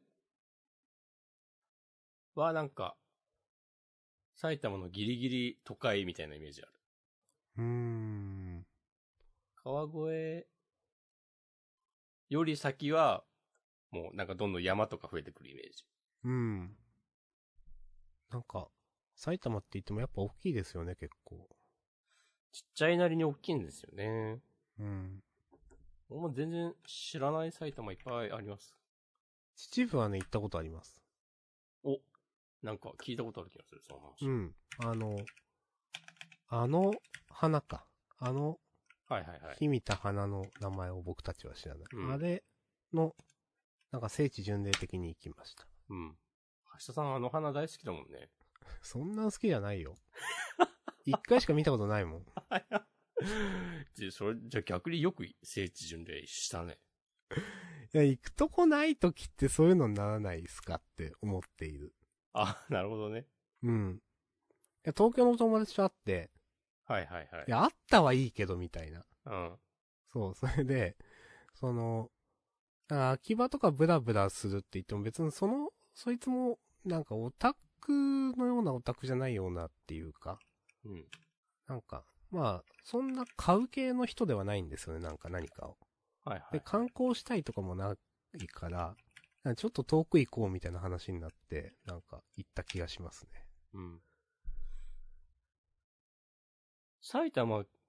はなんか、埼玉のギリギリ都会みたいなイメージある。 うーん。 川越より先は、もうなんかどんどん山とか増えてくるイメージ。 うん。なんか、埼玉って言ってもやっぱ大きいですよね、結構。 ちっちゃいなりに大きいんですよね。 うん。 俺も全然知らない埼玉いっぱいあります。 秩父はね、行ったことあります。 お、なんか聞いたことある気がする、その話。 うん。あの、あの花か。あの、 はいはいはい。 秘めた花の名前を僕たちは知らない。 うん、 あれの、なんか聖地巡礼的に行きました。 うん。橋田さんあの花大好きだもんね。 そんな好きじゃないよ。一回しか見たことないもん。 じゃ、それ、じゃ逆によく聖地巡礼したね。 いや、行くとこない時ってそういうのにならないですかって思っている。 あ、なるほどね。 うん。いや、東京の友達と会って、 はいはいはい。 いや、あったはいいけど、みたいな。 うん。 そう、それで、その、秋葉とかブラブラするって言っても別にその、そいつも、なんかオタクのようなオタクじゃないようなっていうか。 うん。 なんか、まあ、そんな買う系の人ではないんですよね、なんか何かを。 はいはい、はい。 で、観光したいとかもないから、ちょっと遠く行こうみたいな話になって、なんか行った気がしますね。 うん。埼玉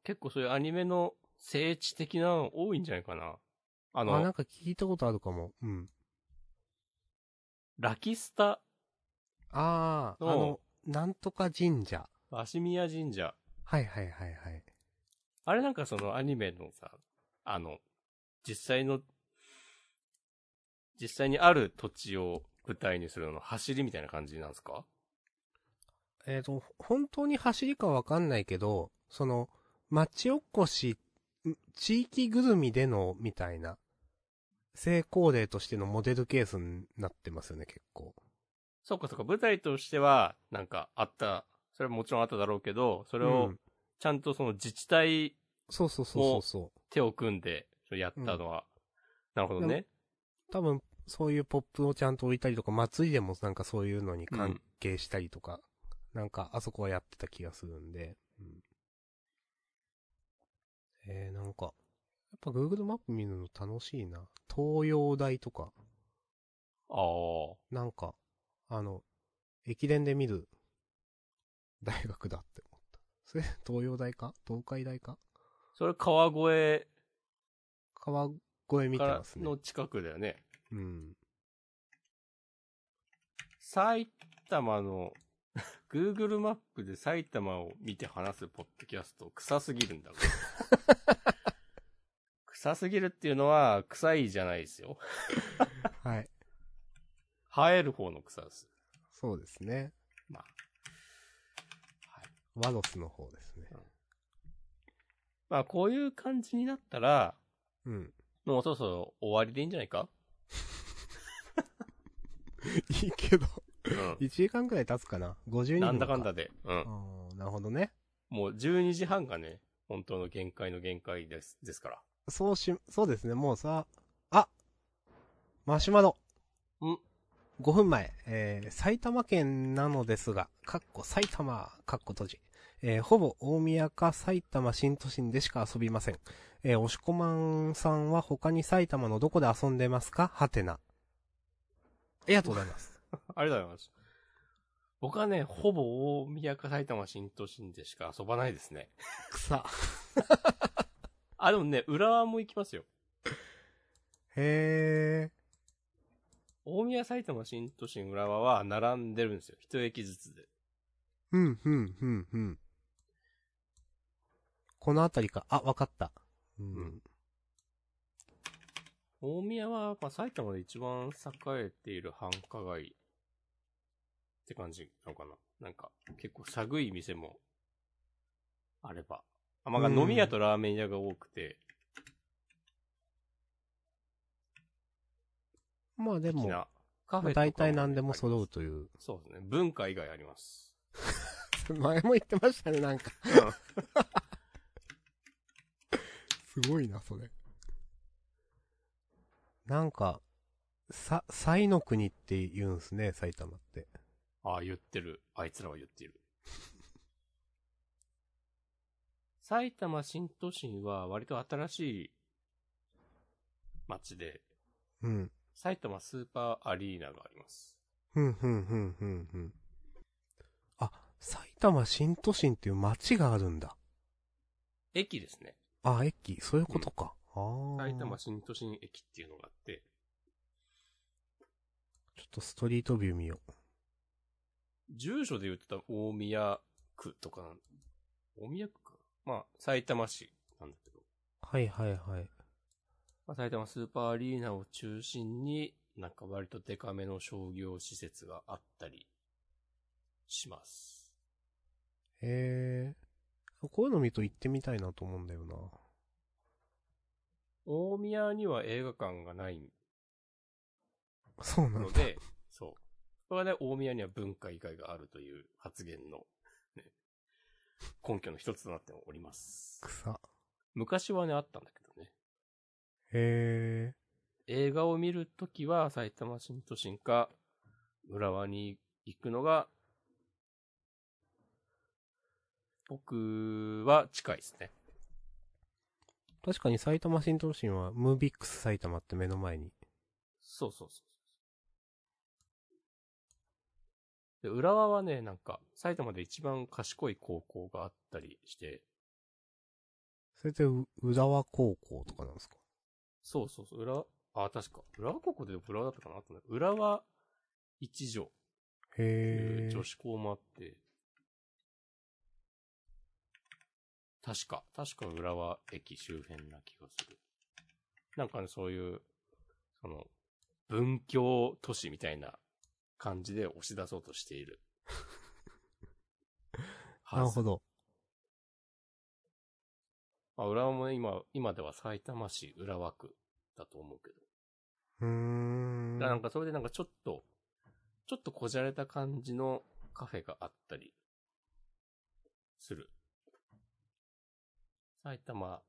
結構そういうアニメの聖地的なの多いんじゃないかな。あの、 あ、なんか聞いたことあるかも。うん。 ラキスタああ、あのの、なんとか神社。 鷲宮神社。 はいはいはいはい。 あれなんかそのアニメのさ、あの、実際の、実際にある土地を舞台にするの走りみたいな感じなんですか？ えっ、と、本当に走りかわかんないけど、その、町おこし、ん地域ぐるみでの、みたいな、成功例としてのモデルケースになってますよね、結構。 そうかそうか、舞台としては、なんかあった、それはもちろんあっただろうけど、それをうん。 ちゃんとその自治体そうそうそうそうもそ手を組んでやっう。うん。 たのは、なるほどでもね。 多分、そういうポップをちゃんと置いたりとか、祭りでもなんかそういうのに関うん。 係したりとか、なんかあそこはやってた気がするんで。うん、えー、なんか、やっぱ Google マップ見るの楽しいな。東洋大とか、 ああ。 なんか、あの、駅伝で見る大学だって思った。それ、東洋大か東海大かそれ川越川越見からてますね。 の近くだよね。 うん。 埼玉の、Google マップで埼玉を見て話すポッドキャスト、臭すぎるんだ。臭すぎるっていうのは、臭いじゃないですよ。 はい。 生える方の草です。 そうですね。 まあ。はい。 ワロスの方ですね。 うん、まあ、こういう感じになったら、 うん。 もうそろそろ終わりでいいんじゃないか？ いいけどうん。 いちじかんくらい経つかな ?ごじゅうになんだ分か。 かんだで。うん。 ああ、なるほどね。 もうじゅうにじはんがね、本当の限界の限界です、ですから。 そうし、そうですね、もうさ、あマシュマロ。 んごふんまえ、えー、埼玉県なのですが、かっこ埼玉、かっこ閉じ。えー、ほぼ大宮か埼玉新都心でしか遊びません。えー、押しこまんさんは他に埼玉のどこで遊んでますかはてな。ありがとうございます。 ありがとうございます。僕はね、ほぼ大宮か埼玉新都心でしか遊ばないですね。 草。 あ、でもね、浦和も行きますよ。 へー。 大宮、埼玉新都心、浦和は並んでるんですよ。一駅ずつで。 うん、うん、うん、うん。このあたりか。あ、わかった。うん。 うん、大宮は、まあ、埼玉で一番栄えている繁華街って感じなのかな。なんか、結構寒い店もあれば。あ、まあ、飲み屋とラーメン屋が多くて。 まあでも、 なカフまあ、 ェとかも、ね、 大体何でも揃うという。 そうですね。文化以外あります。 前も言ってましたね、なんか。 うん。 すごいな、それ。なんか、さ、西の国って言うんすね、埼玉って。 ああ、言ってる。あいつらは言っている。埼玉新都心は割と新しい街で、 うん。 埼玉スーパーアリーナがあります。 ふんふんふんふんふん。あ、埼玉新都心っていう街があるんだ。 駅ですね。 あ、駅、そういうことか。うん、ああ。 埼玉新都心駅っていうのがあって。 ちょっとストリートビュー見よう。 住所で言ってた大宮区とか、大宮区かな、まあ、埼玉市なんだけど。 はいはいはい。 まあ、埼玉スーパーアリーナを中心に、なんか割とデカめの商業施設があったりします。 へえ。こういうの見ると行ってみたいなと思うんだよな。 大宮には映画館がないそうなんだ。 ので、そう。これはね、大宮には文化以外があるという発言の、ね、根拠の一つとなっております。 草。 昔はね、あったんだけどね。 へえ。 映画を見るときは埼玉新都心か浦和に行くのが僕は近いですね。 確かに埼玉新都心はムービックス埼玉って目の前に。 そうそうそう。で、浦和はね、なんか埼玉で一番賢い高校があったりして、 それってう、浦和高校とかなんですか？ そうそうそう、浦、あ、確か。浦和高校で浦和だったかなあったね。浦和一条っていうへー。 女子校もあって、確か、確か浦和駅周辺な気がする。なんかね、そういう、その、文教都市みたいな感じで押し出そうとしている。 なるほど。 まあ、浦和もね、今、今では埼玉市浦和区だと思うけど。 うーん。 だからなんかそれでなんかちょっと、ちょっとこじゃれた感じのカフェがあったりする。埼玉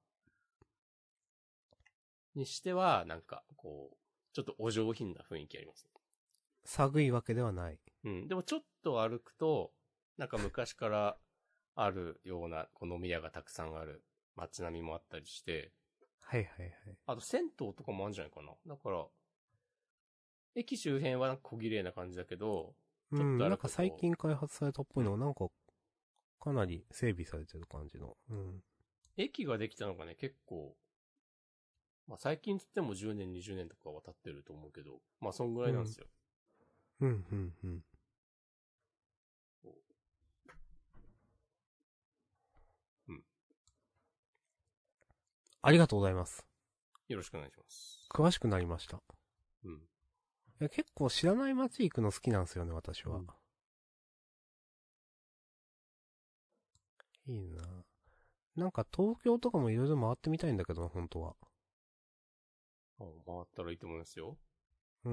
にしては、なんかこう、ちょっとお上品な雰囲気ありますね。 寒いわけではない。 うん。でもちょっと歩くと、なんか昔からあるようなこの飲み屋がたくさんある街並みもあったりして、 はいはいはい。 あと銭湯とかもあるんじゃないかな。だから、駅周辺はなんか小綺麗な感じだけど、ちょっうん、なんかと歩くと、 最近開発されたっぽいのが、なんか、かなり整備されてる感じの。うん。 駅ができたのがね、結構、まあ最近つってもじゅうねん、にじゅうねんとかは経ってると思うけど、まあそんぐらいなんですよ。 うん、うん、うん。 うん。 ありがとうございます。 よろしくお願いします。 詳しくなりました。 うん。 いや結構知らない街行くの好きなんですよね、私は。 うんいいな。なんか東京とかもいろいろ回ってみたいんだけどな、本当は。 あ、回ったらいいと思いますよ。 うん。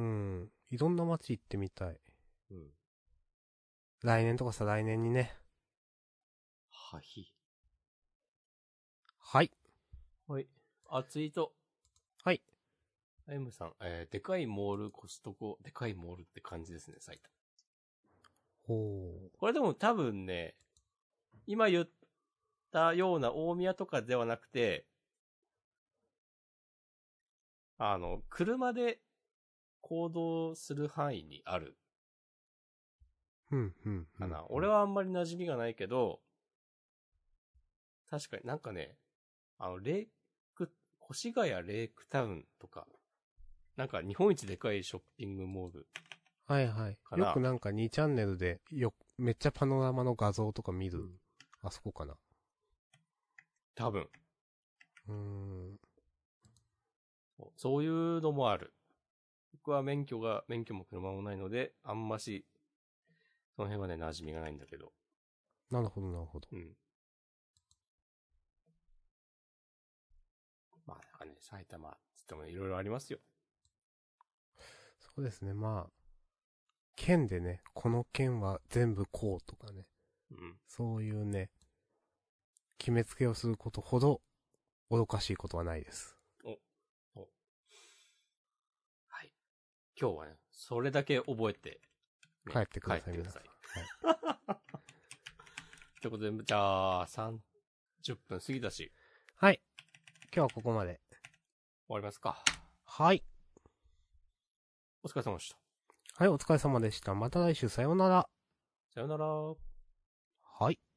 いろんな街行ってみたい。 うん。 来年とかさ、来年にね。 はい。 はい。 はい。あ、ツイート。 はい。 M さん、えー、でかいモール、コストコ、でかいモールって感じですね、埼玉。 ほこれでも多分ね、今言ったような大宮とかではなくて、あの、車で行動する範囲にあるう。うん、うん。 かな。 うん、 俺はあんまり馴染みがないけど、確かになんかね、あの、レイク、越谷レイクタウンとか、なんか日本一でかいショッピングモール。 はいはい。 かなよくなんかにチャンネルで、よ、めっちゃパノラマの画像とか見る。 うんあそこかな。 多分。 うーん。 そういうのもある。僕は免許が、免許も車もないので、あんまし、その辺はね、馴染みがないんだけど。 なるほどなるほど。 うん。まあ、なんかね、埼玉、つってもいろいろありますよ。 そうですね、まあ。県でね、この県は全部こうとかね。 うん。 そういうね、決めつけをすることほど、愚かしいことはないです。 お、お。はい。今日はね、それだけ覚えて、ね、 帰ってください、 帰ってください。 はい。 ということで、じゃあ、さんじゅっぷん過ぎたし。 はい。今日はここまで。 終わりますか。 はい。 お疲れ様でした。 はい、お疲れ様でした。また来週さようなら。 さよなら。 はい。